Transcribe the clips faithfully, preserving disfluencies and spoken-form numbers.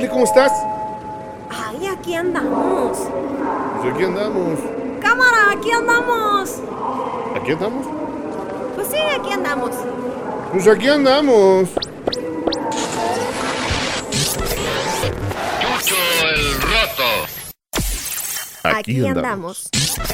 Ale, ¿cómo estás? Ay, aquí andamos. Pues aquí andamos. Cámara, aquí andamos. ¿Aquí andamos? Pues sí, aquí andamos. Pues aquí andamos. Chucho el Roto. Aquí, aquí andamos. andamos.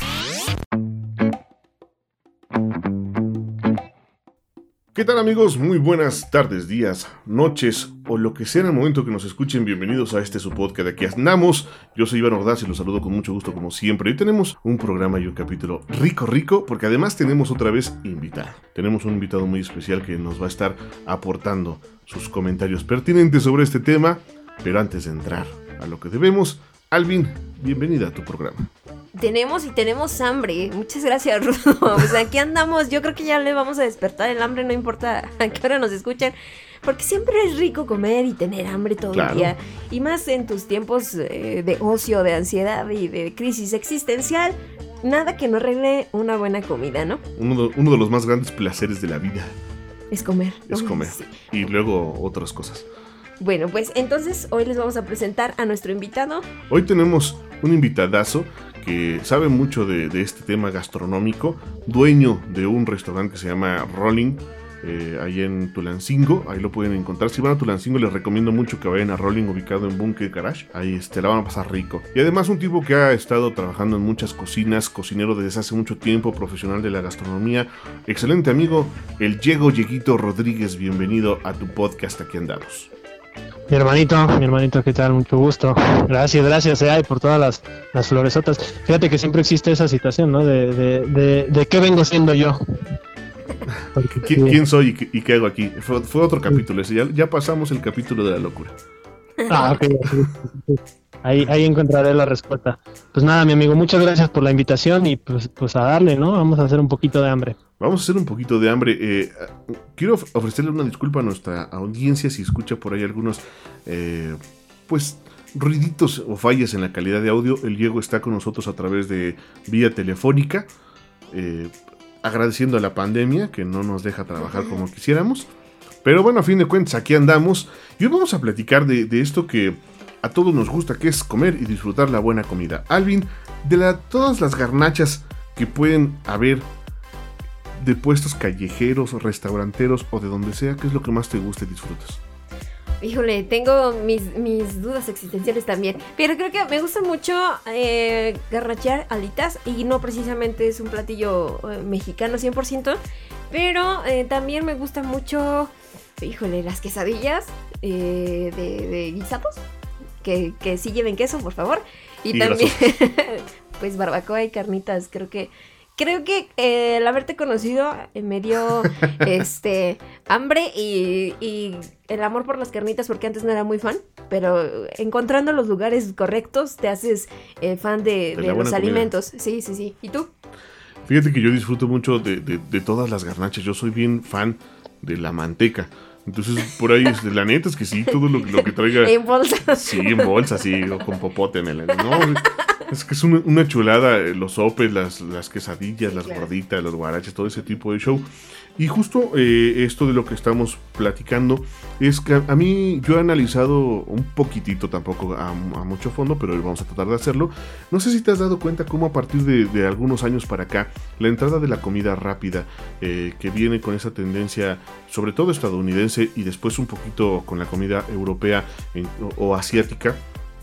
¿Qué tal, amigos? Muy buenas tardes, días, noches o lo que sea en el momento que nos escuchen. Bienvenidos a este su podcast de Aquí andamos. Yo soy Iván Ordaz y los saludo con mucho gusto como siempre. Hoy tenemos un programa y un capítulo rico, rico, porque además tenemos otra vez invitado. Tenemos un invitado muy especial que nos va a estar aportando sus comentarios pertinentes sobre este tema. Pero antes de entrar a lo que debemos, Alvin, bienvenida a tu programa. Tenemos y tenemos hambre. Muchas gracias, Rudo. Pues aquí andamos. Yo creo que ya le vamos a despertar el hambre, no importa a qué hora nos escuchan. Porque siempre es rico comer y tener hambre todo claro. el día. Y más en tus tiempos eh, de ocio, de ansiedad y de crisis existencial. Nada que no arregle una buena comida, ¿no? Uno de, uno de los más grandes placeres de la vida. Es comer. Es comer. Sí. Y luego otras cosas. Bueno, pues entonces hoy les vamos a presentar a nuestro invitado. Hoy tenemos un invitadazo que sabe mucho de, de este tema gastronómico, dueño de un restaurante que se llama Rolling, eh, ahí en Tulancingo, ahí lo pueden encontrar. Si van a Tulancingo les recomiendo mucho que vayan a Rolling, ubicado en Bunker Garage, ahí este, la van a pasar rico. Y además un tipo que ha estado trabajando en muchas cocinas, cocinero desde hace mucho tiempo, profesional de la gastronomía, excelente amigo, el Diego Dieguito Rodríguez. Bienvenido a tu podcast Aquí andamos. Mi hermanito, mi hermanito, ¿qué tal? Mucho gusto. Gracias, gracias, eh, por todas las, las floresotas. Fíjate que siempre existe esa situación, ¿no? De, de, de, de qué vengo siendo yo. Porque, ¿Quién, ¿Quién soy y qué, y qué hago aquí? Fue, fue otro capítulo ese, ya, ya pasamos el capítulo de la locura. Ah, ok. Ahí, ahí encontraré la respuesta. Pues nada, mi amigo, muchas gracias por la invitación y pues, pues a darle, ¿no? Vamos a hacer un poquito de hambre. Vamos a hacer un poquito de hambre. Eh, quiero ofrecerle una disculpa a nuestra audiencia si escucha por ahí algunos, eh, pues, ruiditos o fallas en la calidad de audio. El Diego está con nosotros a través de vía telefónica, eh, agradeciendo a la pandemia que no nos deja trabajar como quisiéramos. Pero bueno, a fin de cuentas, aquí andamos. Y hoy vamos a platicar de, de esto que a todos nos gusta, que es comer y disfrutar la buena comida. Alvin, de la, todas las garnachas que pueden haber de puestos callejeros, restauranteros o de donde sea, ¿qué es lo que más te gusta y disfrutas? Híjole, tengo mis, mis dudas existenciales también. Pero creo que me gusta mucho eh, garnachear alitas. Y no precisamente es un platillo eh, mexicano cien por ciento. Pero eh, también me gusta mucho, híjole, las quesadillas eh, de, de guisados. Que, que sí lleven queso, por favor. Y, y también, pues barbacoa y carnitas. Creo que Creo que eh, el haberte conocido me dio este hambre y, y el amor por las carnitas, porque antes no era muy fan, pero encontrando los lugares correctos te haces eh, fan de, de, de los alimentos. Comida. Sí, sí, sí. ¿Y tú? Fíjate que yo disfruto mucho de, de, de todas las garnachas. Yo soy bien fan de la manteca. Entonces, por ahí, la neta es que sí, todo lo, lo que traiga... En bolsa. Sí, en bolsa, sí, o con popote en el... No, es que es una, una chulada, los sopes, las, las quesadillas, las claro. gorditas, los guaraches, todo ese tipo de show. Y justo eh, esto de lo que estamos platicando es que a, a mí, yo he analizado un poquitito, tampoco a, a mucho fondo, pero vamos a tratar de hacerlo. No sé si te has dado cuenta cómo a partir de, de algunos años para acá, la entrada de la comida rápida, eh, que viene con esa tendencia, sobre todo estadounidense, y después un poquito con la comida europea en, o, o asiática,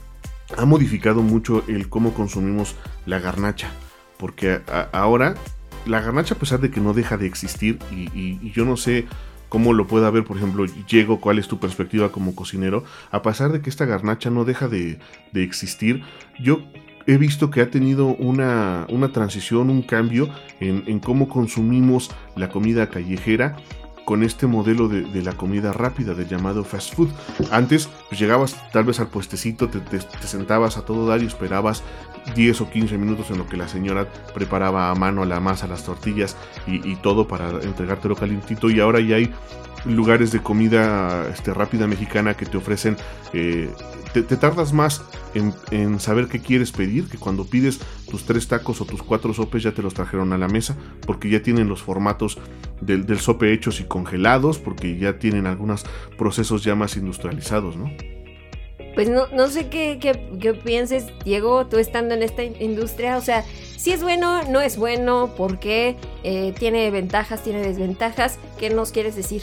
ha modificado mucho el cómo consumimos la garnacha. Porque a, ahora... la garnacha, a pesar de que no deja de existir, y, y, y yo no sé cómo lo pueda ver, por ejemplo, Diego, cuál es tu perspectiva como cocinero, a pesar de que esta garnacha no deja de, de existir, yo he visto que ha tenido una, una transición, un cambio en, en cómo consumimos la comida callejera con este modelo de, de la comida rápida, del llamado fast food. Antes, pues llegabas tal vez al puestecito, te, te, te sentabas a todo dar y esperabas diez o quince minutos en lo que la señora preparaba a mano la masa, las tortillas y, y todo para entregártelo calientito. Y ahora ya hay lugares de comida este, rápida mexicana que te ofrecen, eh, te, te tardas más en, en saber qué quieres pedir, que cuando pides tus tres tacos o tus cuatro sopes ya te los trajeron a la mesa, porque ya tienen los formatos del, del sope hechos y congelados, porque ya tienen algunos procesos ya más industrializados, ¿no? pues no, no sé qué, qué, qué pienses, Diego, tú estando en esta industria, o sea, si es bueno, no es bueno, ¿por qué? Eh, ¿tiene ventajas, tiene desventajas? ¿Qué nos quieres decir?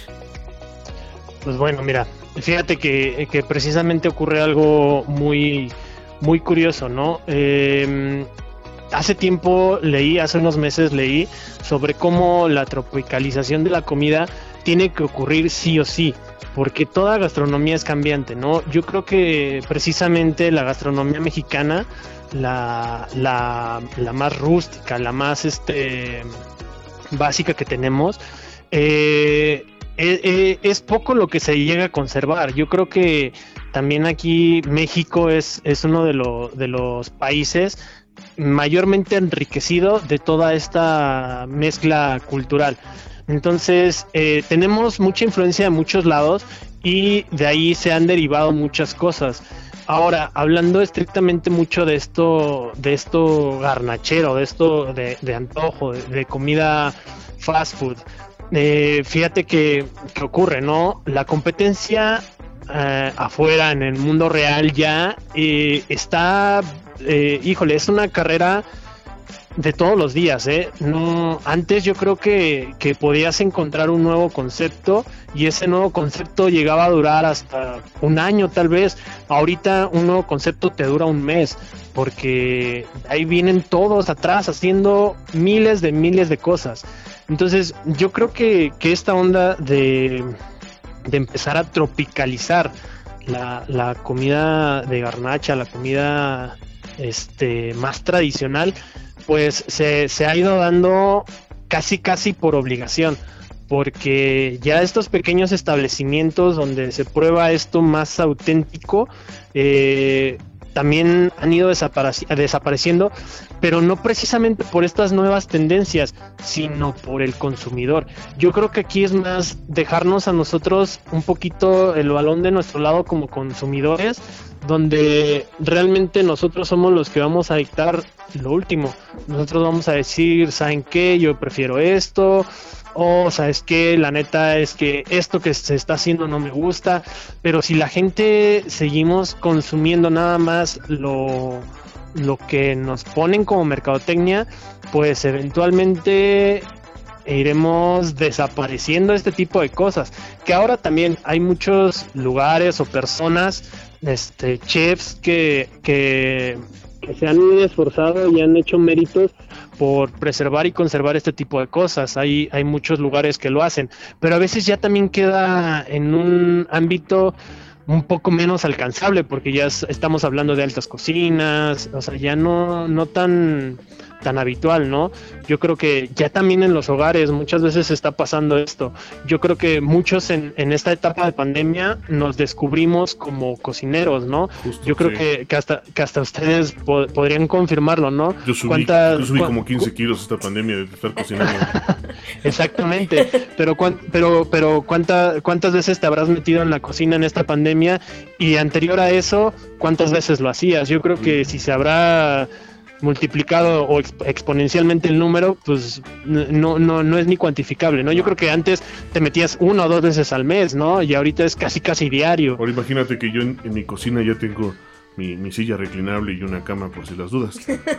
Pues bueno, mira, fíjate que, que precisamente ocurre algo muy, muy curioso, ¿no? Eh, hace tiempo leí, hace unos meses leí sobre cómo la tropicalización de la comida tiene que ocurrir sí o sí, porque toda gastronomía es cambiante, ¿no? Yo creo que precisamente la gastronomía mexicana, la, la, la más rústica, la más este, básica que tenemos, eh, eh, es poco lo que se llega a conservar. Yo creo que también aquí México es, es uno de, lo, de los países mayormente enriquecido de toda esta mezcla cultural. Entonces, eh, tenemos mucha influencia de muchos lados y de ahí se han derivado muchas cosas. Ahora, hablando estrictamente mucho de esto, de esto garnachero, de esto de, de antojo, de, de comida fast food, eh, fíjate que, que ocurre, ¿no? La competencia eh, afuera, en el mundo real ya, eh, está, eh, híjole, es una carrera de todos los días, ¿eh? No, antes yo creo que, que podías encontrar un nuevo concepto y ese nuevo concepto llegaba a durar hasta un año tal vez. Ahorita un nuevo concepto te dura un mes porque ahí vienen todos atrás haciendo miles de miles de cosas. Entonces yo creo que, que esta onda de, de empezar a tropicalizar la, la comida de garnacha, la comida este, más tradicional, pues se, se ha ido dando casi casi por obligación, porque ya estos pequeños establecimientos donde se prueba esto más auténtico eh, también han ido desapareci- desapareciendo, pero no precisamente por estas nuevas tendencias, sino por el consumidor. Yo creo que aquí es más dejarnos a nosotros un poquito el balón de nuestro lado como consumidores, donde realmente nosotros somos los que vamos a dictar lo último. Nosotros vamos a decir, ¿saben qué? Yo prefiero esto, o ¿sabes qué? La neta es que esto que se está haciendo no me gusta. Pero si la gente seguimos consumiendo nada más lo, lo que nos ponen como mercadotecnia, pues eventualmente iremos desapareciendo este tipo de cosas. Que ahora también hay muchos lugares o personas, este, chefs que, que, que se han esforzado y han hecho méritos por preservar y conservar este tipo de cosas. Hay, hay muchos lugares que lo hacen, pero a veces ya también queda en un ámbito un poco menos alcanzable, porque ya estamos hablando de altas cocinas, o sea, ya no, no tan, tan habitual, ¿no? Yo creo que ya también en los hogares muchas veces está pasando esto. Yo creo que muchos en, en esta etapa de pandemia nos descubrimos como cocineros, ¿no? Justo, yo creo sí. que, que, hasta, que hasta ustedes po- podrían confirmarlo, ¿no? Yo subí, ¿Cuánta, yo subí cu- como quince kilos esta pandemia de estar cocinando. Exactamente, pero cuan, pero pero cuánta, cuántas veces te habrás metido en la cocina en esta pandemia, y anterior a eso, cuántas veces lo hacías. Yo creo que si se habrá multiplicado o exp- exponencialmente el número, pues no no no es ni cuantificable, ¿no? Yo creo que antes te metías una o dos veces al mes, ¿no? Y ahorita es casi casi diario. Ahora imagínate que yo en, en mi cocina ya tengo mi, mi silla reclinable y una cama por si las dudas.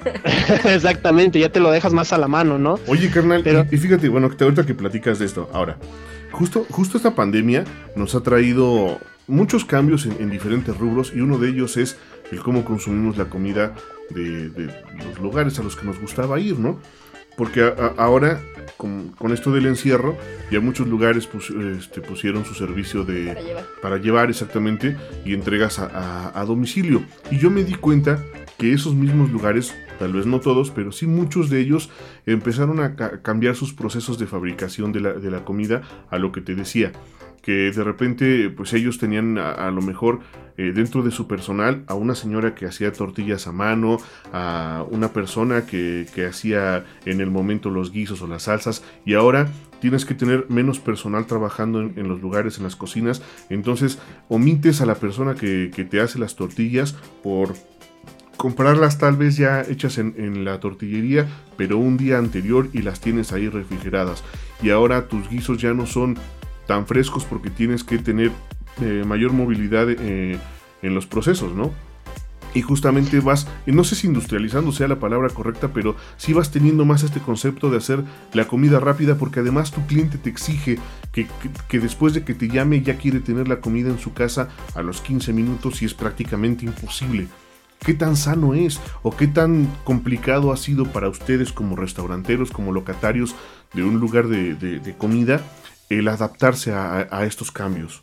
Exactamente, ya te lo dejas más a la mano, ¿no? Oye, carnal, Pero- y, y fíjate, bueno, que te- ahorita que platicas de esto, ahora, justo, justo esta pandemia nos ha traído muchos cambios en, en diferentes rubros, y uno de ellos es el cómo consumimos la comida de, de los lugares a los que nos gustaba ir, ¿no? Porque a, a, ahora, con, con esto del encierro, ya muchos lugares pus, este, pusieron su servicio de Para llevar. para llevar exactamente, y entregas a, a, a domicilio. Y yo me di cuenta que esos mismos lugares, tal vez no todos, pero sí muchos de ellos, empezaron a ca- cambiar sus procesos de fabricación de la, de la comida, a lo que te decía, que de repente pues ellos tenían a, a lo mejor eh, dentro de su personal a una señora que hacía tortillas a mano, a una persona que, que hacía en el momento los guisos o las salsas, y ahora tienes que tener menos personal trabajando en, en los lugares, en las cocinas. Entonces omites a la persona que, que te hace las tortillas por comprarlas tal vez ya hechas en, en la tortillería, pero un día anterior, y las tienes ahí refrigeradas. Y ahora tus guisos ya no son tan frescos porque tienes que tener eh, mayor movilidad eh, en los procesos, ¿no? Y justamente vas, no sé si industrializando sea la palabra correcta, pero sí vas teniendo más este concepto de hacer la comida rápida, porque además tu cliente te exige que, que, que después de que te llame ya quiere tener la comida en su casa a los quince minutos y es prácticamente imposible. ¿Qué tan sano es o qué tan complicado ha sido para ustedes como restauranteros, como locatarios de un lugar de, de, de comida, el adaptarse a, a estos cambios?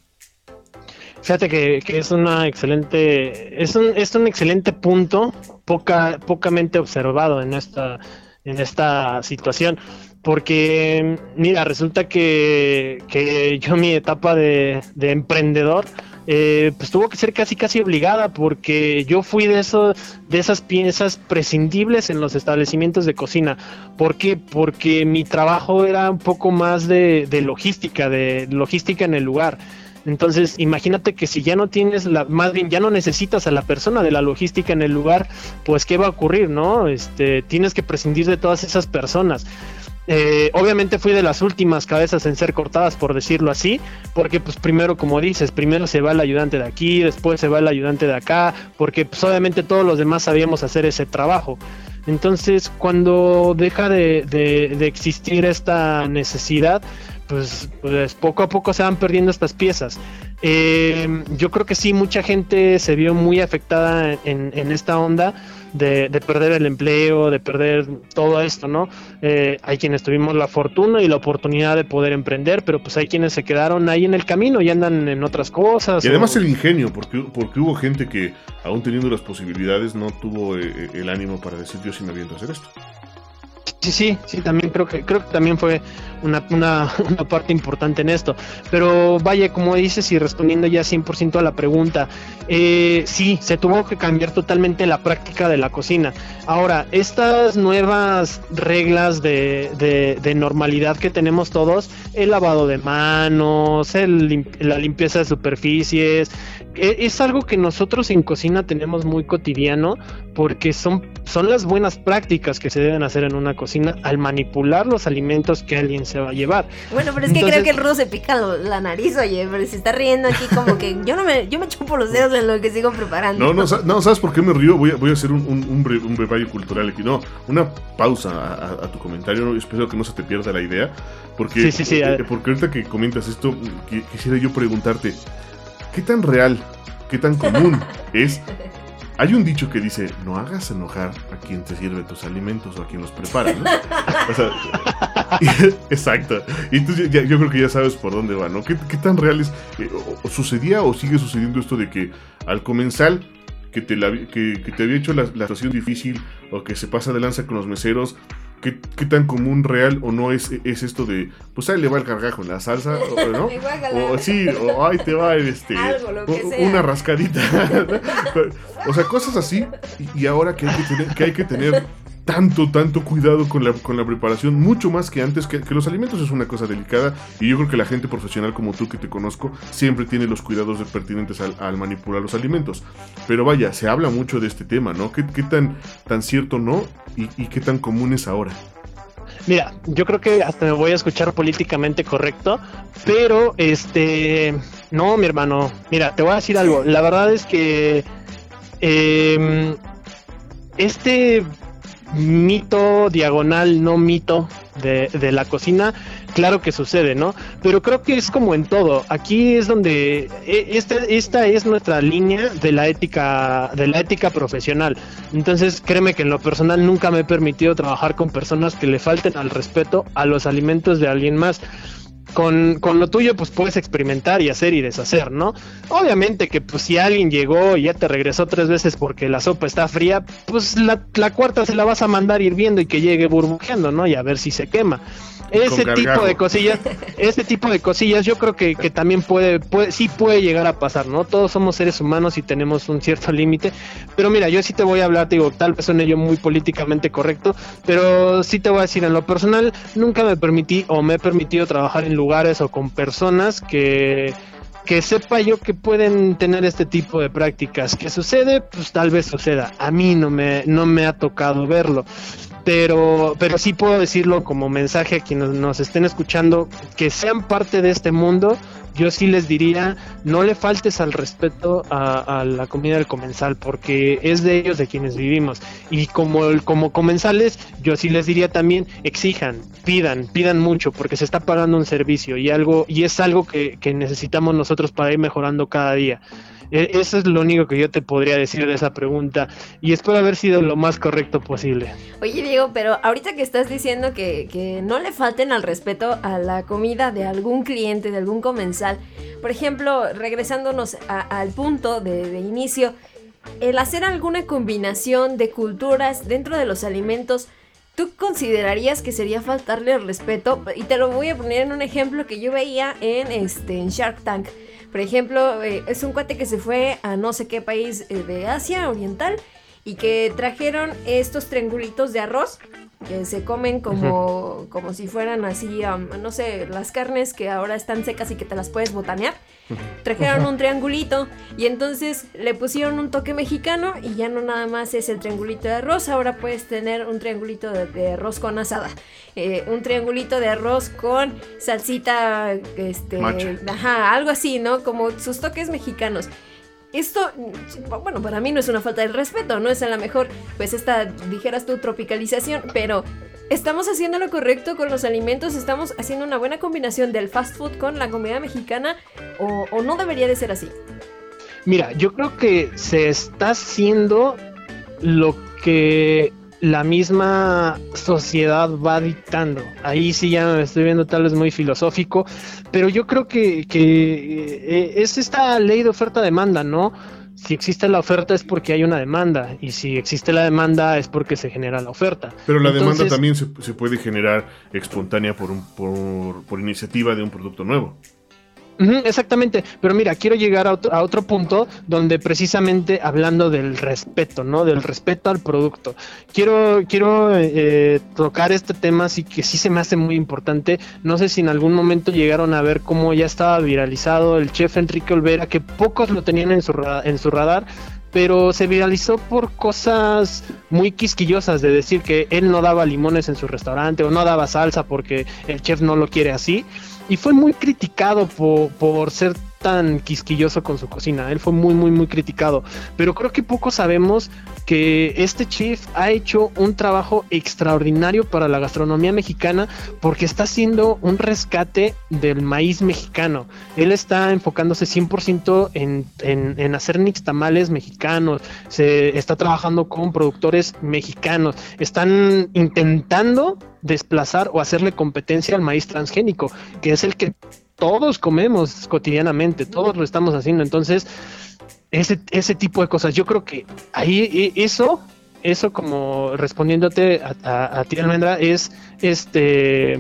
Fíjate que, que es una excelente, es un, es un excelente punto, poca, pocamente observado en esta, en esta situación, porque mira, resulta que, que yo mi etapa de, de emprendedor, eh, pues tuvo que ser casi casi obligada, porque yo fui de eso, de esas piezas prescindibles en los establecimientos de cocina. ¿Por qué? Porque mi trabajo era un poco más de, de logística, de logística en el lugar. Entonces, imagínate que si ya no tienes, la, más bien ya no necesitas a la persona de la logística en el lugar, pues ¿qué va a ocurrir, no? Este, tienes que prescindir de todas esas personas. Eh, obviamente fui de las últimas cabezas en ser cortadas, por decirlo así, porque pues primero, como dices, primero se va el ayudante de aquí, después se va el ayudante de acá, porque pues obviamente todos los demás sabíamos hacer ese trabajo. Entonces, cuando deja de, de, de existir esta necesidad, Pues, pues poco a poco se van perdiendo estas piezas. Eh, yo creo que sí, mucha gente se vio muy afectada en, en esta onda de, de perder el empleo, de perder todo esto, ¿no? Eh, hay quienes tuvimos la fortuna y la oportunidad de poder emprender, pero pues hay quienes se quedaron ahí en el camino y andan en otras cosas. Y además o... el ingenio, porque, porque hubo gente que, aún teniendo las posibilidades, no tuvo eh, el ánimo para decir yo sí me aviento a hacer esto. Sí, sí, sí, también creo que creo que también fue una, una, una parte importante en esto. Pero vaya, como dices, y respondiendo ya cien por ciento a la pregunta, eh, sí, se tuvo que cambiar totalmente la práctica de la cocina. Ahora, estas nuevas reglas de, de, de normalidad que tenemos todos, el lavado de manos, el, la limpieza de superficies, es algo que nosotros en cocina tenemos muy cotidiano, porque son, son las buenas prácticas que se deben hacer en una cocina al manipular los alimentos que alguien se va a llevar. Bueno, pero es que Entonces, creo que el rudo se pica lo, la nariz, oye, pero se está riendo aquí como que yo no me, yo me chupo los dedos en lo que sigo preparando. No, no, no, ¿sabes por qué me río? Voy a, voy a hacer un, un, un, bre, un brevario cultural aquí. No, una pausa a, a, a tu comentario, espero que no se te pierda la idea, porque, sí, sí, sí, eh, porque ahorita que comentas esto, que, quisiera yo preguntarte, ¿qué tan real, qué tan común es? Hay un dicho que dice, no hagas enojar a quien te sirve tus alimentos o a quien los prepara, ¿no? O sea, exacto. Y entonces ya, yo creo que ya sabes por dónde va, ¿no? ¿Qué, qué tan real es? Eh, o, o ¿Sucedía o sigue sucediendo esto de que al comensal que te, la, que, que te había hecho la, la situación difícil o que se pasa de lanza con los meseros, ¿Qué, ¿qué tan común, real o no es, es esto de, pues ahí le va el gargajo en la salsa, o, ¿no? O sí, o ahí te va este, Algo, lo que o, sea. una rascadita. O sea, cosas así, y, y ahora que hay que tener, que hay que tener tanto, tanto cuidado con la, con la preparación, mucho más que antes, que, que los alimentos es una cosa delicada, y yo creo que la gente profesional como tú que te conozco, siempre tiene los cuidados de pertinentes al, al manipular los alimentos. Pero vaya, se habla mucho de este tema, ¿no? ¿Qué, qué tan, tan cierto no? Y, y qué tan común es ahora. Mira, yo creo que hasta me voy a escuchar políticamente correcto, pero este, no, mi hermano, mira, te voy a decir algo. La verdad es que eh, este mito diagonal, no mito de, de la cocina, claro que sucede, ¿no? Pero creo que es como en todo. Aquí es donde esta, esta es nuestra línea de la ética, de la ética profesional. Entonces, créeme que en lo personal nunca me he permitido trabajar con personas que le falten al respeto a los alimentos de alguien más. Con, con lo tuyo pues puedes experimentar y hacer y deshacer, ¿no? Obviamente que pues si alguien llegó y ya te regresó tres veces porque la sopa está fría, pues la, la cuarta se la vas a mandar hirviendo y que llegue burbujeando, ¿no? Y a ver si se quema. Ese tipo de cosillas, este tipo de cosillas yo creo que, que también puede, puede, sí puede llegar a pasar, ¿no? Todos somos seres humanos y tenemos un cierto límite, pero mira, yo sí te voy a hablar, te digo, tal vez suene yo muy políticamente correcto, pero sí te voy a decir, en lo personal, nunca me permití o me he permitido trabajar en lugares o con personas que... que sepa yo que pueden tener este tipo de prácticas. ¿Qué sucede? Pues tal vez suceda. A mí no me, no me ha tocado verlo. Pero, pero sí puedo decirlo como mensaje a quienes nos estén escuchando, que sean parte de este mundo, yo sí les diría, no le faltes al respeto a, a la comida del comensal, porque es de ellos de quienes vivimos. Y como, como comensales, yo sí les diría también, exijan, pidan, pidan mucho, porque se está pagando un servicio y algo y es algo que, que necesitamos nosotros para ir mejorando cada día. Eso es lo único que yo te podría decir de esa pregunta y espero haber sido lo más correcto posible. Oye, Diego, pero ahorita que estás diciendo que, que no le falten al respeto a la comida de algún cliente, de algún comensal, por ejemplo, regresándonos a, al punto de, de inicio, el hacer alguna combinación de culturas dentro de los alimentos, ¿tú considerarías que sería faltarle el respeto? Y te lo voy a poner en un ejemplo que yo veía en, este, en Shark Tank. Por ejemplo, eh, es un cuate que se fue a no sé qué país eh, de Asia Oriental y que trajeron estos triangulitos de arroz que se comen como, uh-huh. como si fueran así, um, no sé, las carnes que ahora están secas y que te las puedes botanear. Uh-huh. Trajeron uh-huh. un triangulito y entonces le pusieron un toque mexicano y ya no nada más es el triangulito de arroz, ahora puedes tener un triangulito de, de arroz con asada, eh, un triangulito de arroz con salsita, este, Macha. Ajá, algo así, ¿no? Como sus toques mexicanos. Esto, bueno, para mí no es una falta de respeto, no es a lo mejor, pues esta, dijeras tú, tropicalización, pero ¿estamos haciendo lo correcto con los alimentos? ¿Estamos haciendo una buena combinación del fast food con la comida mexicana? ¿O, o no debería de ser así? Mira, yo creo que se está haciendo lo que la misma sociedad va dictando. Ahí sí ya me estoy viendo tal vez muy filosófico, pero yo creo que, que es esta ley de oferta-demanda, ¿no? Si existe la oferta es porque hay una demanda, y si existe la demanda es porque se genera la oferta. Pero la Entonces, demanda también se, se puede generar espontánea por, un, por, por iniciativa de un producto nuevo. Uh-huh, exactamente, pero mira, quiero llegar a otro, a otro punto donde precisamente hablando del respeto, ¿no? Del respeto al producto. Quiero, quiero eh, tocar este tema, así que sí se me hace muy importante. No sé si en algún momento llegaron a ver cómo ya estaba viralizado el chef Enrique Olvera, que pocos lo tenían en su, en su radar, pero se viralizó por cosas muy quisquillosas, de decir que él no daba limones en su restaurante o no daba salsa porque el chef no lo quiere así. Y fue muy criticado por, por ser tan quisquilloso con su cocina. Él fue muy, muy, muy criticado. Pero creo que poco sabemos que este chef ha hecho un trabajo extraordinario para la gastronomía mexicana porque está haciendo un rescate del maíz mexicano. Él está enfocándose cien por ciento en, en, en hacer nixtamales mexicanos. Se está trabajando con productores mexicanos. Están intentando desplazar o hacerle competencia al maíz transgénico, que es el que todos comemos cotidianamente, todos lo estamos haciendo. Entonces, ese, ese tipo de cosas, yo creo que ahí eso, eso como respondiéndote a, a, a ti, Almendra, es este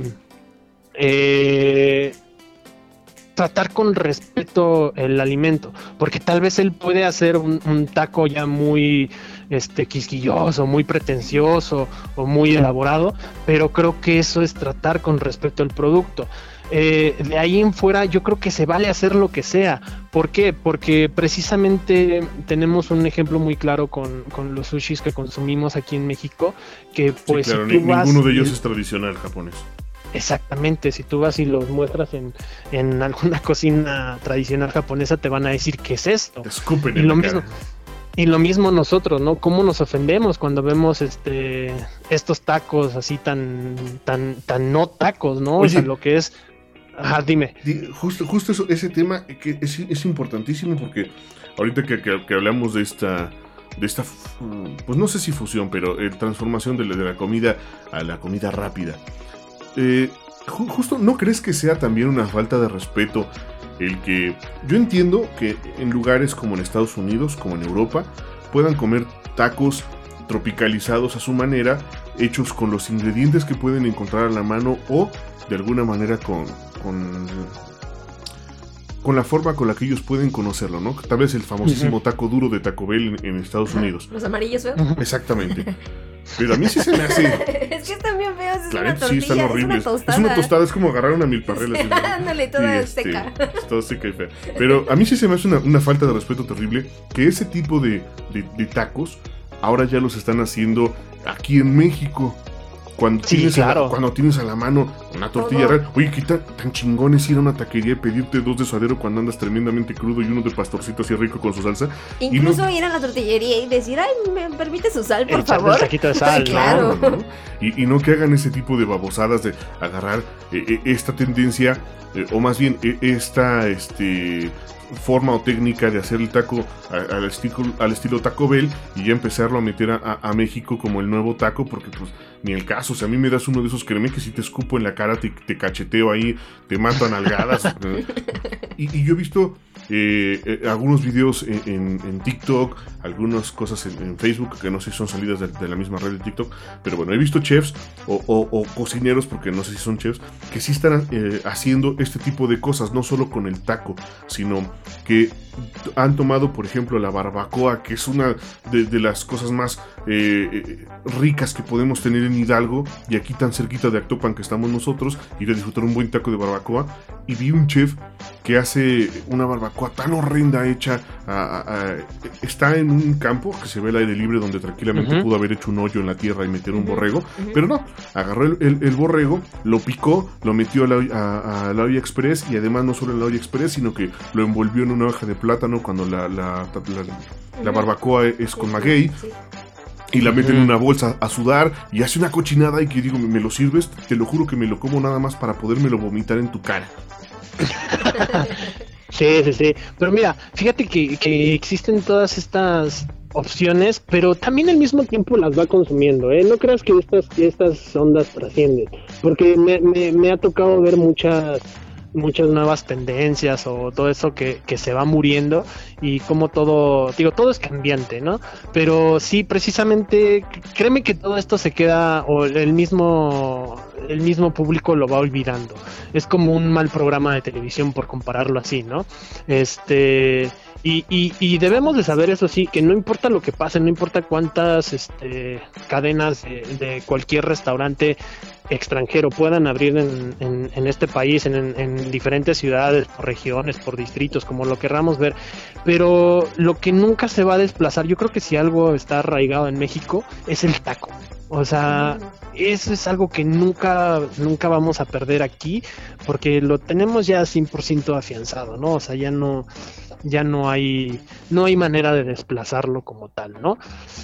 eh, tratar con respeto el alimento, porque tal vez él puede hacer un, un taco ya muy este quisquilloso, muy pretencioso o muy elaborado, pero creo que eso es tratar con respeto al producto. Eh, de ahí en fuera yo creo que se vale hacer lo que sea. ¿Por qué? Porque precisamente tenemos un ejemplo muy claro con, con los sushis que consumimos aquí en México, que pues sí, claro, si tú ni, vas, ninguno de ellos es tradicional japonés. Exactamente, si tú vas y los muestras en, en alguna cocina tradicional japonesa te van a decir ¿qué es esto? Te escupen y en lo la mismo cara. Y lo mismo nosotros, ¿no? ¿Cómo nos ofendemos cuando vemos este estos tacos así tan tan tan no tacos, ¿no? Oye, o sea, lo que es. Ajá, dime. Justo, justo eso, ese tema que es, es importantísimo porque ahorita que, que, que hablamos de esta, de esta, pues no sé si fusión, pero eh, transformación de la, de la comida a la comida rápida. Eh, ju, justo, ¿no crees que sea también una falta de respeto el que yo entiendo que en lugares como en Estados Unidos, como en Europa, puedan comer tacos tropicalizados a su manera, hechos con los ingredientes que pueden encontrar a la mano o de alguna manera con, con, con la forma con la que ellos pueden conocerlo, ¿no? Tal vez el famosísimo taco duro de Taco Bell en, en Estados Unidos. Los amarillos, ¿eh? Exactamente. Pero a mí sí se me hace... Es que están bien feos, es claro, una tortilla, sí, están horribles. es una tostada. Es una tostada, es como agarrar una milparrela. Sí, ándale, toda y, este, seca. Toda seca y fea. Pero a mí sí se me hace una, una falta de respeto terrible que ese tipo de, de, de tacos ahora ya los están haciendo aquí en México. Cuando, sí, tienes claro. a la, cuando tienes a la mano una tortilla real, oye, qué tan, tan chingón es ir a una taquería y pedirte dos de suadero cuando andas tremendamente crudo y uno de pastorcito así rico con su salsa. Incluso no, ir a la tortillería y decir, ay, ¿me permite su sal, por Echarle favor? un saquito de sal, Claro. ¿no? Y, y no que hagan ese tipo de babosadas de agarrar eh, eh, esta tendencia, eh, o más bien eh, esta este, forma o técnica de hacer el taco a, al, estilo, al estilo Taco Bell y ya empezarlo a meter a, a, a México como el nuevo taco, porque pues ni el caso. O sea, a mí me das uno de esos, créeme que si te escupo en la cara, te, te cacheteo ahí, te mato a nalgadas. y, y yo he visto eh, eh, algunos videos en, en, en TikTok, algunas cosas en, en Facebook, que no sé si son salidas de, de la misma red de TikTok, pero bueno, he visto chefs o, o, o cocineros, porque no sé si son chefs, que sí están eh, haciendo este tipo de cosas, no solo con el taco, sino que han tomado, por ejemplo, la barbacoa, que es una de, de las cosas más eh, eh, ricas que podemos tener en Hidalgo, y aquí tan cerquita de Actopan que estamos nosotros, ir a disfrutar un buen taco de barbacoa, y vi un chef que hace una barbacoa tan horrenda hecha, a, a, a, está en un campo que se ve al aire libre, donde tranquilamente uh-huh. pudo haber hecho un hoyo en la tierra y meter un uh-huh. borrego, uh-huh. pero no, agarró el, el, el borrego, lo picó, lo metió a la, a, a la olla express, y además no solo en la olla express, sino que lo envolvió en una hoja de plátano, cuando la, la, la, la barbacoa es con maguey, y la mete en una bolsa a sudar, y hace una cochinada, y que digo, ¿me lo sirves? Te lo juro que me lo como nada más para podérmelo vomitar en tu cara. Sí, sí, sí. Pero mira, fíjate que, que existen todas estas opciones, pero también al mismo tiempo las va consumiendo, ¿eh? No creas que estas, que estas ondas trascienden, porque me, me, me ha tocado ver muchas muchas nuevas tendencias o todo eso que, que se va muriendo, y como todo, digo, todo es cambiante, ¿no? Pero sí, precisamente, créeme que todo esto se queda, o el mismo el mismo público lo va olvidando. Es como un mal programa de televisión, por compararlo así, ¿no? Este... Y, y, y debemos de saber, eso sí, que no importa lo que pase, no importa cuántas este, cadenas de, de cualquier restaurante extranjero puedan abrir en, en, en este país, en, en diferentes ciudades, por regiones, por distritos, como lo querramos ver, pero lo que nunca se va a desplazar, yo creo que si algo está arraigado en México, es el taco. O sea, eso es algo que nunca, nunca vamos a perder aquí, porque lo tenemos ya cien por ciento afianzado, ¿no? O sea, ya no... ya no hay no hay manera de desplazarlo como tal, ¿no?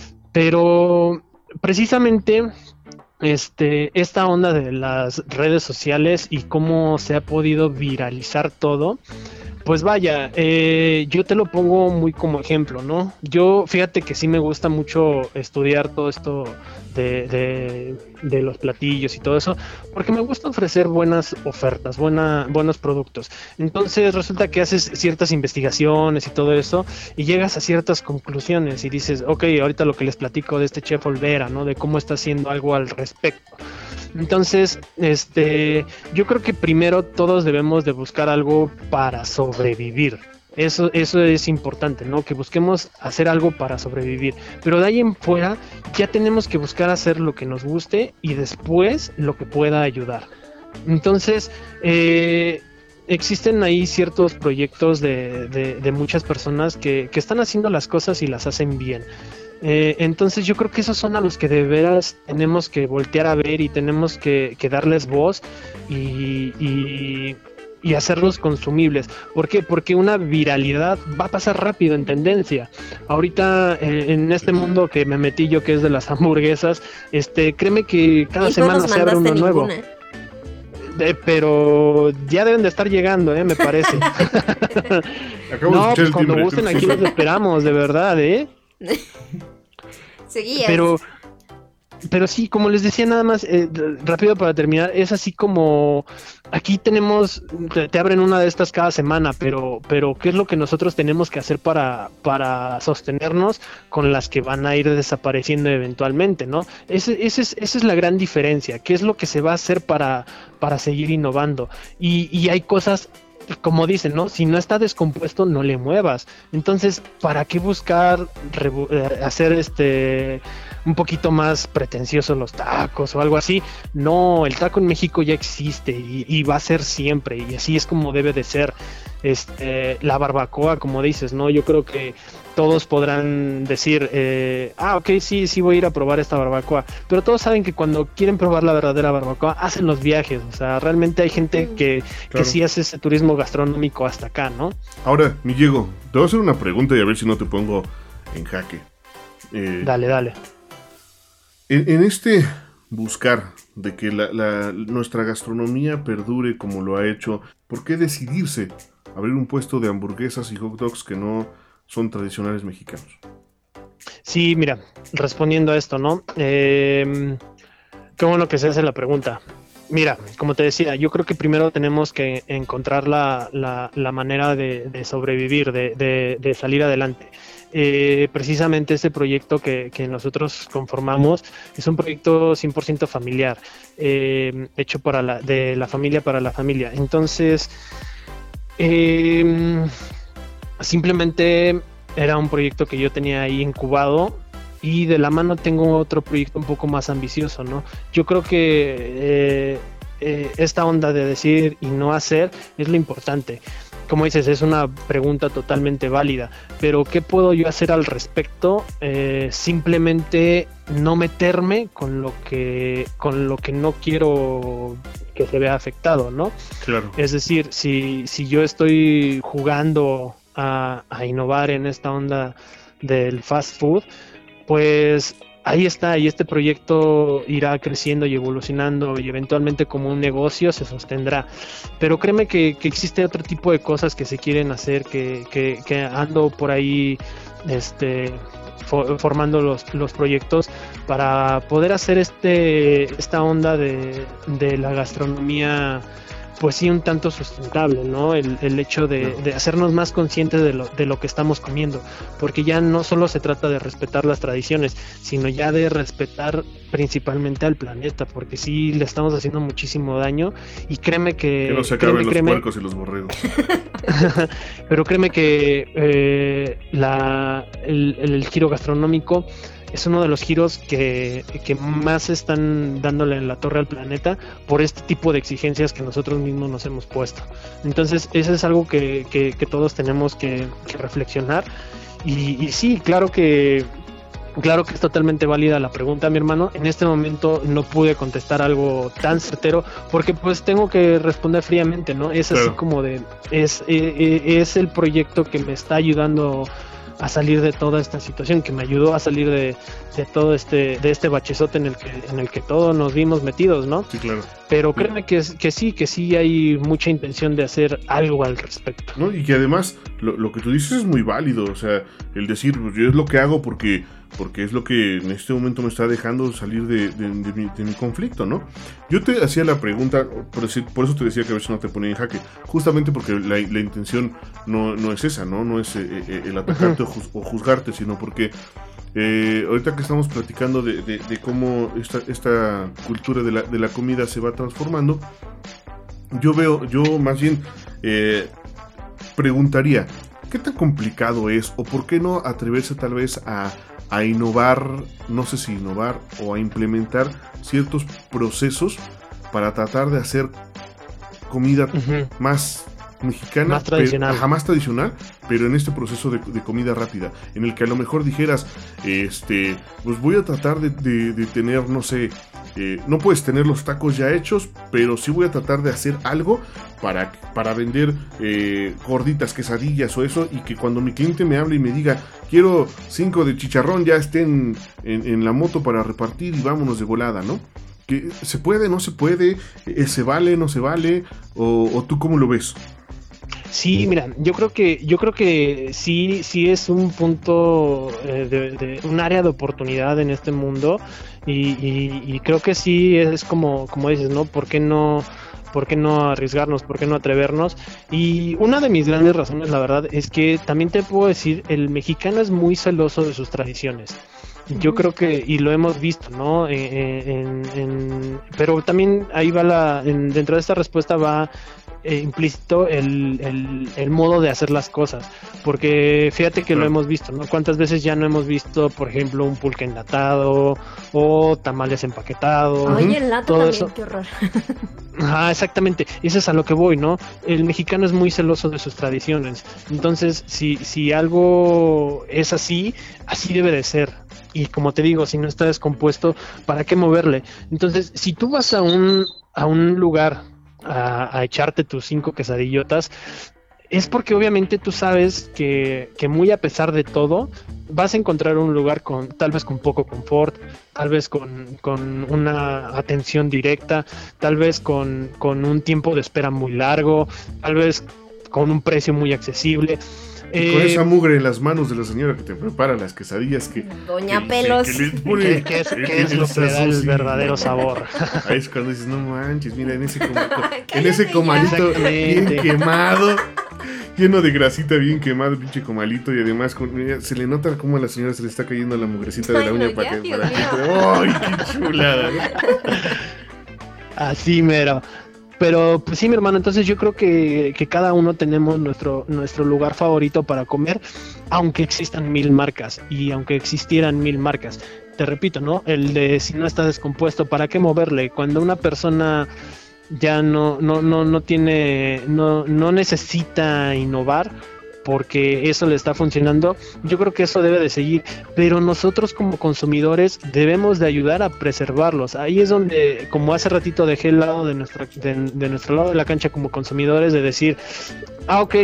Pero precisamente este esta onda de las redes sociales y cómo se ha podido viralizar todo, pues vaya, eh, yo te lo pongo muy como ejemplo, ¿no? Yo, fíjate que sí me gusta mucho estudiar todo esto de, de, de los platillos y todo eso, porque me gusta ofrecer buenas ofertas, buena, buenos productos. Entonces resulta que haces ciertas investigaciones y todo eso, y llegas a ciertas conclusiones y dices, ok, ahorita lo que les platico de este chef Olvera, ¿no? De cómo está haciendo algo al respecto. Entonces, este, yo creo que primero todos debemos de buscar algo para sobrevivir. Eso, eso es importante, ¿no? Que busquemos hacer algo para sobrevivir. Pero de ahí en fuera ya tenemos que buscar hacer lo que nos guste y después lo que pueda ayudar. Entonces, eh, existen ahí ciertos proyectos de, de, de muchas personas que, que están haciendo las cosas y las hacen bien. Eh, entonces yo creo que esos son a los que de veras tenemos que voltear a ver y tenemos que, que darles voz y, y, y hacerlos consumibles. ¿Por qué? Porque una viralidad va a pasar rápido en tendencia. Ahorita eh, en este mundo que me metí yo, que es de las hamburguesas, este, créeme que cada semana se abre uno nuevo. Eh, pero ya deben de estar llegando, eh, me parece. No, pues cuando gusten aquí los esperamos, de verdad, eh. Seguías. Pero, pero sí, como les decía, nada más eh, rápido para terminar, es así como aquí tenemos, te, te abren una de estas cada semana, pero, pero ¿qué es lo que nosotros tenemos que hacer para, para sostenernos con las que van a ir desapareciendo eventualmente, ¿no? Ese, ese es, esa es la gran diferencia. ¿Qué es lo que se va a hacer para, para seguir innovando? Y, y hay cosas, como dicen, ¿no? Si no está descompuesto, no le muevas. Entonces, ¿para qué buscar rebu- eh, hacer este un poquito más pretencioso los tacos o algo así? No, el taco en México ya existe y, y va a ser siempre, y así es como debe de ser. Este, la barbacoa, como dices, ¿no? Yo creo que todos podrán decir, eh, ah, ok, sí, sí voy a ir a probar esta barbacoa, pero todos saben que cuando quieren probar la verdadera barbacoa, hacen los viajes, o sea, realmente hay gente que, claro. que sí hace ese turismo gastronómico hasta acá, ¿no? Ahora, mi Diego, te voy a hacer una pregunta y a ver si no te pongo en jaque. Eh, dale, dale. En, en este buscar de que la, la, nuestra gastronomía perdure como lo ha hecho, ¿por qué decidirse abrir un puesto de hamburguesas y hot dogs que no son tradicionales mexicanos? Sí, mira, respondiendo a esto, ¿no? Eh, qué bueno que se hace la pregunta. Mira, como te decía, yo creo que primero tenemos que encontrar la, la, la manera de, de sobrevivir, de, de, de salir adelante. Eh, precisamente este proyecto que, que nosotros conformamos es un proyecto cien por ciento familiar, eh, hecho para la, de la familia para la familia. Entonces, eh, simplemente era un proyecto que yo tenía ahí incubado y de la mano tengo otro proyecto un poco más ambicioso, ¿no? Yo creo que eh, eh, esta onda de decir y no hacer es lo importante. Como dices, es una pregunta totalmente válida, pero ¿qué puedo yo hacer al respecto? Eh, simplemente no meterme con lo que con lo que no quiero que se vea afectado, ¿no? Claro. Es decir, si, si yo estoy jugando a, a innovar en esta onda del fast food, pues ahí está, y este proyecto irá creciendo y evolucionando y eventualmente como un negocio se sostendrá. Pero créeme que, que existe otro tipo de cosas que se quieren hacer, que, que, que ando por ahí este, for, formando los, los proyectos para poder hacer este esta onda de, de la gastronomía, pues sí, un tanto sustentable, ¿no? El, el hecho de, de hacernos más conscientes de lo, de lo que estamos comiendo, porque ya no solo se trata de respetar las tradiciones, sino ya de respetar principalmente al planeta, porque sí le estamos haciendo muchísimo daño, y créeme que... Que no se acaben créeme, los créeme, puercos y los borregos. Pero créeme que eh, la, el, el giro gastronómico es uno de los giros que, que más están dándole en la torre al planeta por este tipo de exigencias que nosotros mismos nos hemos puesto. Entonces, eso es algo que, que, que todos tenemos que, que reflexionar. Y, y sí, claro que claro que es totalmente válida la pregunta, mi hermano. En este momento no pude contestar algo tan certero porque pues tengo que responder fríamente, ¿no? Es así, claro, como de es, es, es el proyecto que me está ayudando a salir de toda esta situación, que me ayudó a salir de, de todo este de este bachezote en el que en el que todos nos vimos metidos, ¿no? Sí, claro. Pero créeme que, que sí, que sí hay mucha intención de hacer algo al respecto. No, y que además lo, lo que tú dices es muy válido, o sea, el decir, pues yo es lo que hago porque porque es lo que en este momento me está dejando salir de, de, de, mi, de mi conflicto, ¿no? Yo te hacía la pregunta, por, decir, por eso te decía que a veces no te ponía en jaque, justamente porque la, la intención no, no es esa, ¿no? No es eh, eh, el atacarte, uh-huh, o, juz, o juzgarte, sino porque eh, ahorita que estamos platicando de, de, de cómo esta, esta cultura de la, de la comida se va transformando, yo veo, yo más bien eh, preguntaría, ¿qué tan complicado es o por qué no atreverse tal vez a a innovar, no sé si innovar o a implementar ciertos procesos para tratar de hacer comida, uh-huh, más mexicana, más tradicional, pero, ajá, más tradicional, pero en este proceso de, de comida rápida, en el que a lo mejor dijeras, este, pues voy a tratar de, de, de tener, no sé, eh, no puedes tener los tacos ya hechos, pero sí voy a tratar de hacer algo para, para vender eh, gorditas, quesadillas o eso, y que cuando mi cliente me hable y me diga, quiero cinco de chicharrón, ya estén en, en la moto para repartir y vámonos de volada, ¿no? Que ¿se puede, no se puede? Eh, ¿Se vale, no se vale? ¿O, o tú cómo lo ves? Sí, mira, yo creo que yo creo que sí sí es un punto eh, de, de un área de oportunidad en este mundo y, y, y creo que sí es como como dices, ¿no? ¿Por qué no ¿Por qué no arriesgarnos? ¿Por qué no atrevernos? Y una de mis grandes razones, la verdad, es que también te puedo decir, el mexicano es muy celoso de sus tradiciones. Yo creo que, y lo hemos visto, ¿no? En, en, en, pero también ahí va la, en, dentro de esta respuesta va eh, implícito el, el, el modo de hacer las cosas, porque fíjate que lo hemos visto, ¿no? ¿Cuántas veces ya no hemos visto, por ejemplo, un pulque enlatado o tamales empaquetados? Oye, el lato todo también, eso. qué horror. Ah, exactamente, eso es a lo que voy, ¿no? El mexicano es muy celoso de sus tradiciones, entonces si, si algo es así, así debe de ser. Y como te digo, si no está descompuesto, ¿para qué moverle? Entonces, si tú vas a un, a un lugar a, a echarte tus cinco quesadillotas, es porque obviamente tú sabes que, que muy a pesar de todo, vas a encontrar un lugar con tal vez con poco confort, tal vez con, con una atención directa, tal vez con, con un tiempo de espera muy largo, tal vez con un precio muy accesible. Y con eh, esa mugre en las manos de la señora que te prepara las quesadillas que... Doña que, Pelos. Que, que les pone, ¿Qué, qué es, qué es lo que da el verdadero sabor? Ahí es cuando dices, no manches, mira, en ese, comalito, en ese comalito bien quemado, lleno de grasita bien quemado, pinche comalito, y además con, mira, se le nota cómo a la señora se le está cayendo la mugrecita de la uña. Ay, no, para ya, que... Dios Para mío. que ¡ay, qué chulada! ¿No? Así mero. Pero pues sí, mi hermano, entonces yo creo que, que cada uno tenemos nuestro, nuestro lugar favorito para comer, aunque existan mil marcas y aunque existieran mil marcas. Te repito, ¿no? El de si no está descompuesto, ¿para qué moverle? Cuando una persona ya no, no, no, no tiene, no, no necesita innovar, porque eso le está funcionando, yo creo que eso debe de seguir, pero nosotros como consumidores debemos de ayudar a preservarlos. Ahí es donde, como hace ratito dejé el lado de, nuestra, de, de nuestro lado de la cancha como consumidores, de decir, ah, ok,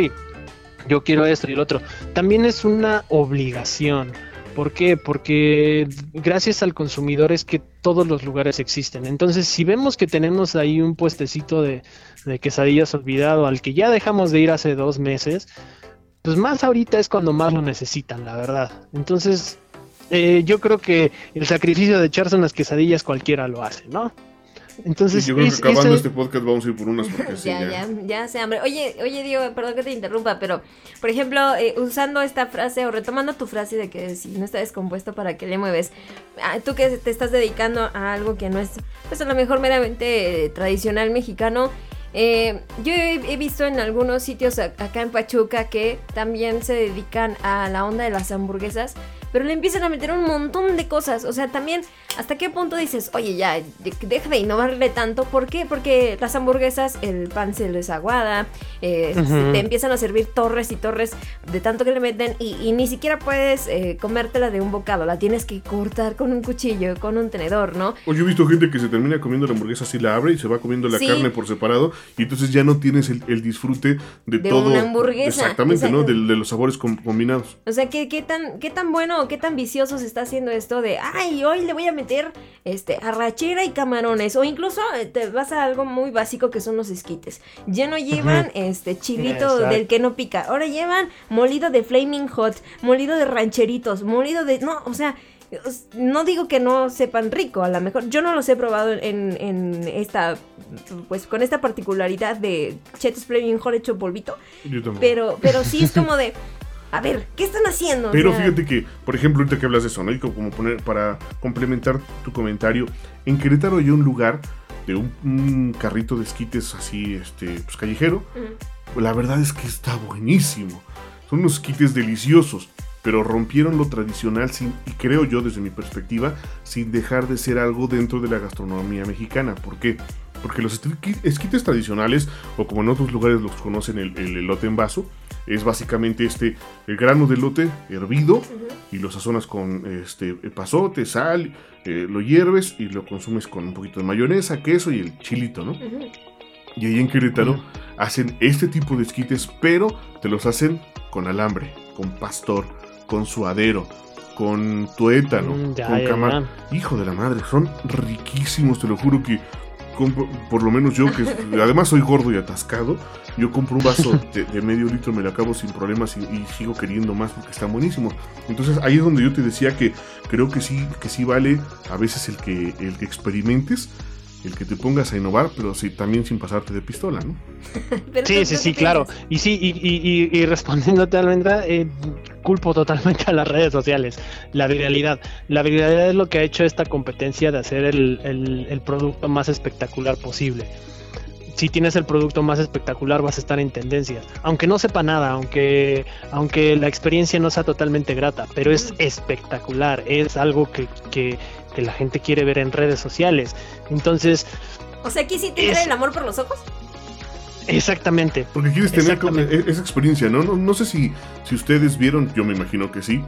yo quiero esto y el otro. También es una obligación. ¿Por qué? Porque gracias al consumidor es que todos los lugares existen. Entonces, si vemos que tenemos ahí un puestecito de, de quesadillas olvidado al que ya dejamos de ir hace dos meses, pues más ahorita es cuando más lo necesitan, la verdad. Entonces, eh, yo creo que el sacrificio de echarse unas quesadillas cualquiera lo hace, ¿no? Entonces, sí, yo creo es, que acabando ese... este podcast vamos a ir por unas porque sí, ya, ya, ya, ya se hambre. Oye, oye, Diego, perdón que te interrumpa, pero, por ejemplo, eh, usando esta frase o retomando tu frase de que si no está descompuesto, ¿para qué le mueves? Ah, tú que te estás dedicando a algo que no es, pues a lo mejor meramente eh, tradicional mexicano. Eh, yo he, he visto en algunos sitios a, acá en Pachuca que también se dedican a la onda de las hamburguesas, pero le empiezan a meter un montón de cosas. O sea, también, ¿hasta qué punto dices, oye, ya, deja de innovarle tanto? ¿Por qué? Porque las hamburguesas, el pan se les aguada, eh, uh-huh. te empiezan a servir torres y torres de tanto que le meten y, y ni siquiera puedes eh, comértela de un bocado, la tienes que cortar con un cuchillo, con un tenedor, ¿no? O yo he visto gente que se termina comiendo la hamburguesa así, la abre y se va comiendo la sí. carne por separado, y entonces ya no tienes el, el disfrute de, de todo. Una hamburguesa. Exactamente, ¿no? De, de los sabores com- combinados. O sea, ¿qué, qué, tan, ¿qué tan bueno, qué tan vicioso se está haciendo esto de, ay, hoy le voy a meter este arrachera y camarones? O incluso te vas a algo muy básico que son los esquites. Ya no llevan uh-huh. este chilito Exacto. del que no pica. Ahora llevan molido de Flaming Hot, molido de rancheritos, molido de... No, o sea... No digo que no sepan rico, a lo mejor yo no los he probado en, en esta, pues con esta particularidad de Chetos Flaming Hot hecho polvito, pero, pero sí es como de, a ver, ¿qué están haciendo? Pero o sea, fíjate que, por ejemplo, ahorita que hablas de eso, ¿no? Y como poner, para complementar tu comentario, en Querétaro hay un lugar de un, un carrito de esquites así, este, pues callejero, uh-huh. la verdad es que está buenísimo, son unos esquites deliciosos, pero rompieron lo tradicional sin, y creo yo desde mi perspectiva, sin dejar de ser algo dentro de la gastronomía mexicana. ¿Por qué? Porque los esquites tradicionales, o como en otros lugares los conocen, el, el elote en vaso, es básicamente este, el grano de elote hervido, uh-huh. y lo sazonas con este pasote, sal, eh, lo hierves y lo consumes con un poquito de mayonesa, queso y el chilito, ¿no? Uh-huh. Y ahí en Querétaro uh-huh. hacen este tipo de esquites, pero te los hacen con alambre, con pastor, con suadero, con tuétano, mm, ya, con camarón. Hijo de la madre, son riquísimos, te lo juro que compro, por lo menos yo, que además soy gordo y atascado, yo compro un vaso de, de medio litro, me lo acabo sin problemas y, y sigo queriendo más porque están buenísimos. Entonces ahí es donde yo te decía que creo que sí, que sí vale a veces el que, el que experimentes, el que te pongas a innovar, pero sí, también sin pasarte de pistola, ¿no? sí, sí, sí, claro. Y sí, y, y, y, y respondiéndote, Almendra, eh, culpo totalmente a las redes sociales. La viralidad. La viralidad es lo que ha hecho esta competencia de hacer el, el, el producto más espectacular posible. si tienes el producto más espectacular vas a estar en tendencias, aunque no sepa nada, aunque, aunque la experiencia no sea totalmente grata, pero es espectacular, es algo que, que, que la gente quiere ver en redes sociales. Entonces, o sea, aquí sí te trae el amor por los ojos. Exactamente. Porque quieres tener esa experiencia, ¿no? No, no sé si, si ustedes vieron, yo me imagino que sí,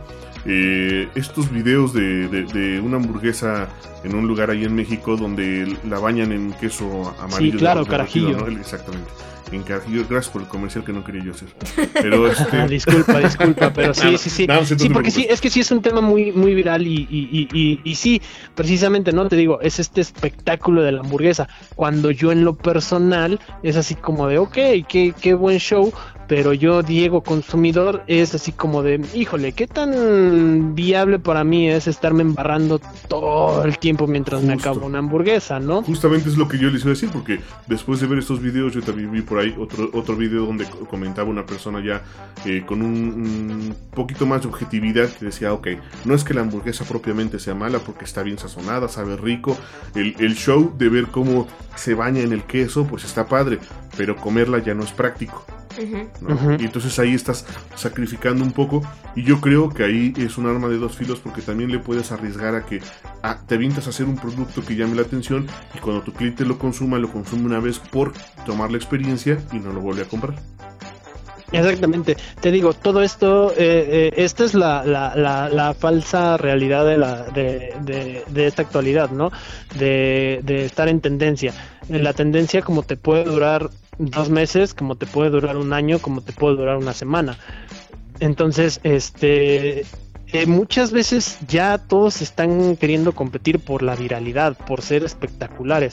eh, estos videos de, de, de una hamburguesa en un lugar ahí en México donde la bañan en queso amarillo. Sí, claro, de, carajillo. ¿no? Exactamente. En carajillo, gracias por el comercial que no quería yo hacer. Pero este... ah, disculpa, disculpa, pero sí, nada, sí, sí. Nada, sí, porque sí, es que sí es un tema muy, muy viral y, y, y, y, y sí, precisamente, ¿no? Te digo, es este espectáculo de la hamburguesa. Cuando yo en lo personal es así como de, ok, qué, qué buen show, pero yo, Diego, consumidor, es así como de, híjole, ¿qué tan viable para mí es estarme embarrando todo el tiempo mientras Justo. me acabo una hamburguesa, ¿no? Justamente es lo que yo les iba a decir, porque después de ver estos videos, yo también vi por ahí otro, otro video donde comentaba una persona ya eh, con un, un poquito más de objetividad, que decía, ok, no es que la hamburguesa propiamente sea mala, porque está bien sazonada, sabe rico, el, el show de ver cómo se baña en el queso, pues está padre, pero comerla ya no es práctico. ¿no? Uh-huh. Y entonces ahí estás sacrificando un poco, y yo creo que ahí es un arma de dos filos, porque también le puedes arriesgar a que a, te avientas a hacer un producto que llame la atención, y cuando tu cliente lo consuma, lo consume una vez por tomar la experiencia y no lo vuelve a comprar. Exactamente, te digo, todo esto, eh, eh, esta es la, la, la, la falsa realidad de, la, de, de, de esta actualidad, ¿no? De, de estar en tendencia. La tendencia como te puede durar dos meses, como te puede durar un año, como te puede durar una semana. Entonces, este... Eh, muchas veces ya todos están queriendo competir por la viralidad, por ser espectaculares,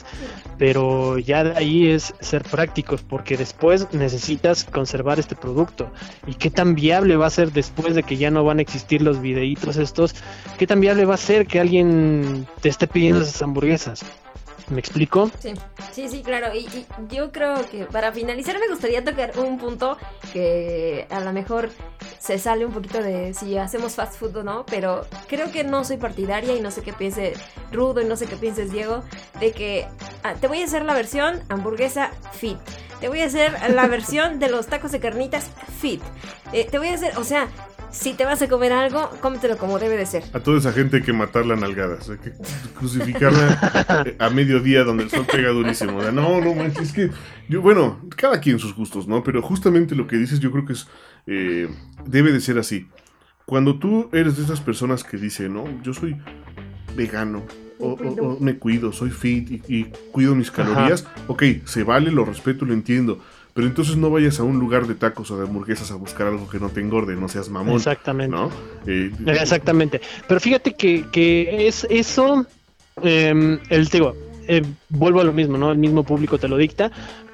pero ya de ahí es ser prácticos, porque después necesitas conservar este producto. ¿Y qué tan viable va a ser después de que ya no van a existir los videitos estos? ¿Qué tan viable va a ser que alguien te esté pidiendo esas hamburguesas? ¿Me explico? Sí, sí, sí, claro. Y, y yo creo que para finalizar me gustaría tocar un punto que a lo mejor se sale un poquito de si hacemos fast food o no, pero creo que no soy partidaria y no sé qué piense Rudo y no sé qué pienses Diego, de que ah, te voy a hacer la versión hamburguesa fit, te voy a hacer la versión de los tacos de carnitas fit, eh, te voy a hacer, o sea... Si te vas a comer algo, cómetelo como debe de ser. A toda esa gente hay que matarla a nalgadas, hay que crucificarla a mediodía donde el sol pega durísimo. No, no manches, es que yo, bueno, cada quien sus gustos, ¿no? Pero justamente lo que dices yo creo que es eh, debe de ser así. Cuando tú eres de esas personas que dicen, no, yo soy vegano, o, o, o me cuido, soy fit y, y cuido mis calorías, ajá, ok, se vale, lo respeto, lo entiendo. Pero entonces no vayas a un lugar de tacos o de hamburguesas a buscar algo que no te engorde, no seas mamón. Exactamente. ¿No? Eh, Exactamente. Pero fíjate que, que es eso, eh, el digo, eh, vuelvo a lo mismo, ¿no? El mismo público te lo dicta,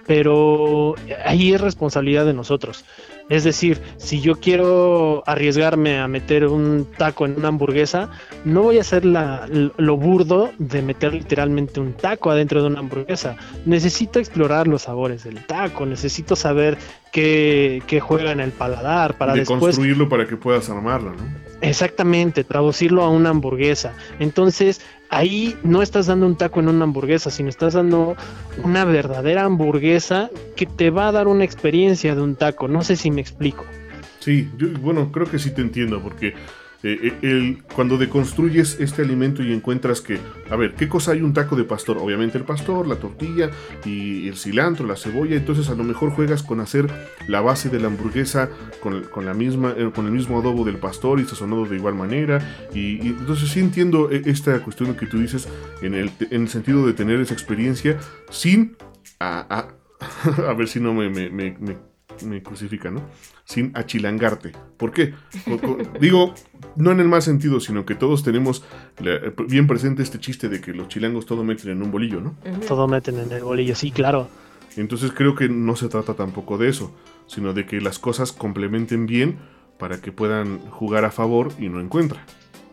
pero ahí es responsabilidad de nosotros. Es decir, si yo quiero arriesgarme a meter un taco en una hamburguesa, no voy a hacer la, lo burdo de meter literalmente un taco adentro de una hamburguesa. Necesito explorar los sabores del taco, necesito saber qué, qué juega en el paladar para de después... construirlo para que puedas armarlo, ¿no? Exactamente, traducirlo a una hamburguesa. Entonces, ahí no estás dando un taco en una hamburguesa, sino estás dando una verdadera hamburguesa que te va a dar una experiencia de un taco. No sé si me explico. Sí, yo, bueno, creo que sí te entiendo, porque eh, el, cuando deconstruyes este alimento y encuentras que, a ver, ¿qué cosa hay un taco de pastor? Obviamente el pastor, la tortilla y el cilantro, la cebolla. Entonces a lo mejor juegas con hacer la base de la hamburguesa con, con, la misma, eh, con el mismo adobo del pastor y sazonado de igual manera. Y, y entonces sí entiendo esta cuestión que tú dices en el, en el sentido de tener esa experiencia sin... A, a, a ver si no me... me, me, me me crucifica, ¿no? Sin achilangarte. ¿Por qué? Digo, no en el mal sentido, sino que todos tenemos la, bien presente este chiste de que los chilangos todo meten en un bolillo, ¿no? Uh-huh. Todo meten en el bolillo, sí, claro. Entonces creo que no se trata tampoco de eso, sino de que las cosas complementen bien para que puedan jugar a favor y no en contra.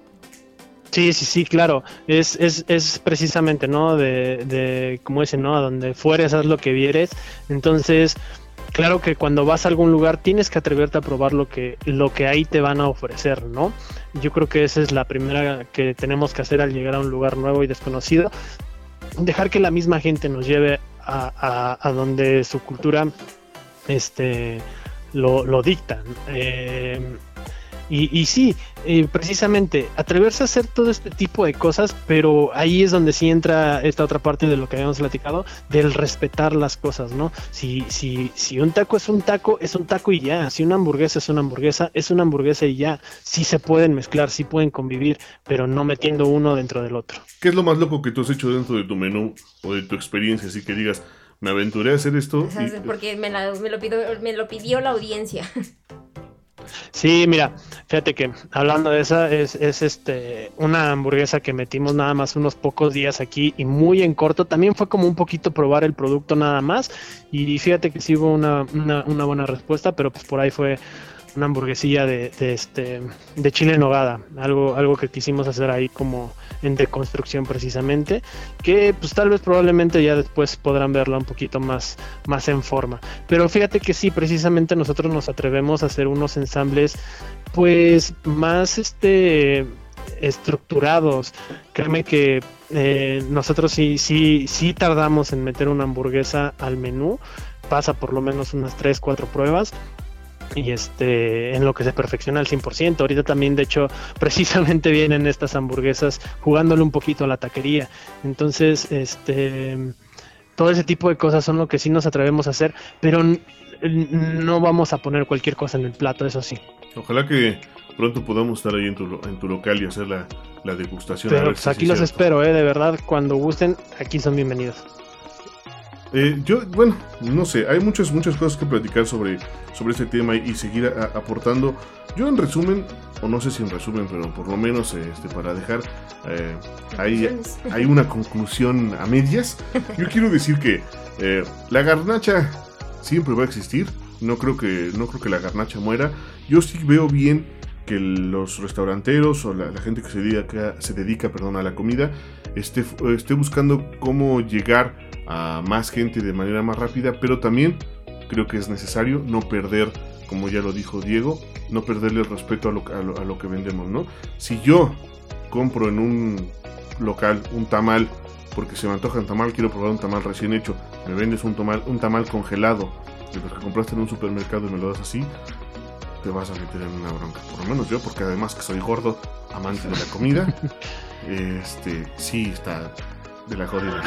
Sí, sí, sí, claro. Es, es, es precisamente, ¿no? De, de, como dicen, ¿no? A donde fueres, haz lo que vieres. Entonces... Claro que cuando vas a algún lugar tienes que atreverte a probar lo que, lo que ahí te van a ofrecer, ¿no? Yo creo que esa es la primera que tenemos que hacer al llegar a un lugar nuevo y desconocido. Dejar que la misma gente nos lleve a, a, a donde su cultura este, lo, lo dicta. Eh, Y, y sí, eh, precisamente, atreverse a hacer todo este tipo de cosas, pero ahí es donde sí entra esta otra parte de lo que habíamos platicado, del respetar las cosas, ¿no? Si, si, si un taco es un taco, es un taco y ya. Si una hamburguesa es una hamburguesa, es una hamburguesa y ya. Sí se pueden mezclar, sí pueden convivir, pero no metiendo uno dentro del otro. ¿Qué es lo más loco que tú has hecho dentro de tu menú o de tu experiencia? Así que digas, me aventuré a hacer esto. O sea, y... porque me, la, me, lo pidió, me lo pidió la audiencia. Sí, mira, fíjate que hablando de esa, es, es este una hamburguesa que metimos nada más unos pocos días aquí y muy en corto. También fue como un poquito probar el producto nada más. Y fíjate que sí hubo una, una, una buena respuesta, pero pues por ahí fue una hamburguesilla de, de este de chile en nogada, algo, algo que quisimos hacer ahí como en deconstrucción precisamente, que pues tal vez probablemente ya después podrán verla un poquito más, más en forma. Pero fíjate que sí, precisamente nosotros nos atrevemos a hacer unos ensambles pues más este estructurados. Créeme que eh, nosotros sí, sí, sí tardamos en meter una hamburguesa al menú, pasa por lo menos unas tres, cuatro pruebas. Y este, en lo que se perfecciona al cien por ciento. Ahorita también, de hecho, precisamente vienen estas hamburguesas jugándole un poquito a la taquería. Entonces, este, todo ese tipo de cosas son lo que sí nos atrevemos a hacer, pero n- no vamos a poner cualquier cosa en el plato, eso sí. Ojalá que pronto podamos estar ahí en tu, en tu local y hacer la, la degustación. Pero pues aquí los espero, eh, de verdad, cuando gusten, aquí son bienvenidos. Eh, yo, bueno, no sé, hay muchas, muchas cosas que platicar sobre, sobre este tema y, y seguir a, a, aportando. Yo en resumen, o no sé si en resumen, pero por lo menos este, para dejar, eh, hay, hay una conclusión a medias. Yo quiero decir que eh, la garnacha siempre va a existir. No creo que, no creo que la garnacha muera. Yo sí veo bien que los restauranteros o la, la gente que se dedica, se dedica perdón, a la comida esté, esté buscando cómo llegar a más gente de manera más rápida, pero también creo que es necesario no perder, como ya lo dijo Diego, no perderle el respeto a lo, a lo, a lo que vendemos, ¿no? Si yo compro en un local un tamal, porque se me antoja un tamal, quiero probar un tamal recién hecho, me vendes un tamal, un tamal congelado de los que compraste en un supermercado y me lo das así, te vas a meter en una bronca, por lo menos yo, porque además que soy gordo, amante de la comida, este, sí está de la jodida.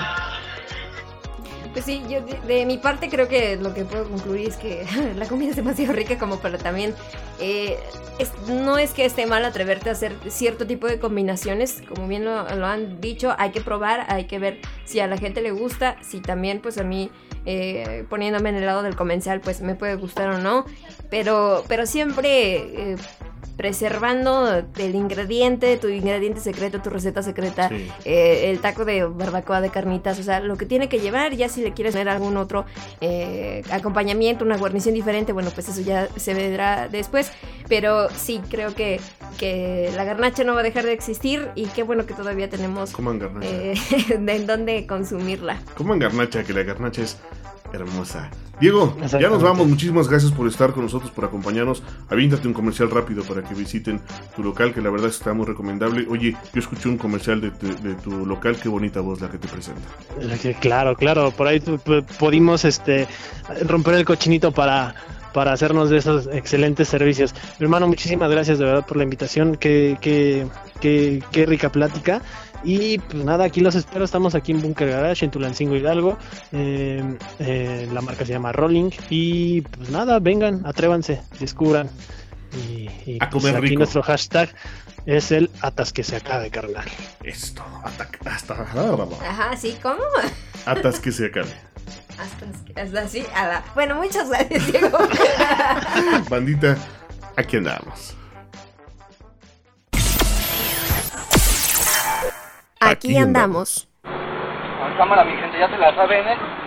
Pues sí, yo de, de mi parte creo que lo que puedo concluir es que la comida es demasiado rica como para también... Eh, es, no es que esté mal atreverte a hacer cierto tipo de combinaciones, como bien lo, lo han dicho, hay que probar, hay que ver si a la gente le gusta, si también pues a mí, eh, poniéndome en el lado del comensal, pues me puede gustar o no, pero, pero siempre... Eh, preservando el ingrediente, tu ingrediente secreto, tu receta secreta, sí. eh, el taco de barbacoa de carnitas, o sea, lo que tiene que llevar, ya si le quieres poner algún otro eh, acompañamiento, una guarnición diferente, bueno, pues eso ya se verá después, pero sí, creo que, que la garnacha no va a dejar de existir y qué bueno que todavía tenemos Coman garnacha. Eh, de en dónde consumirla. Coman garnacha, que la garnacha es hermosa. Diego, ya nos vamos. Muchísimas gracias por estar con nosotros, por acompañarnos. Aviéntate un comercial rápido para que visiten tu local, que la verdad está muy recomendable. Oye, yo escuché un comercial de, de, de tu local. Qué bonita voz la que te presenta. Claro, claro. Por ahí pudimos este, romper el cochinito para... para hacernos de esos excelentes servicios. Mi hermano, muchísimas gracias de verdad por la invitación, qué, qué, qué, qué rica plática, y pues nada, aquí los espero, estamos aquí en Bunker Garage, en Tulancingo Hidalgo, eh, eh, la marca se llama Rolling, y pues nada, vengan, atrévanse, descubran, y, y a pues comer aquí rico. Nuestro hashtag es el atas que se acabe, carnal. Esto, hasta, hasta... Ajá, ¿sí? ¿Cómo? Atas que se acabe. Hasta, hasta así, a la... Bueno, muchas gracias, Diego. Bandita, aquí andamos. Aquí, aquí andamos. andamos. Cámara, mi gente, ya se la saben, ¿eh?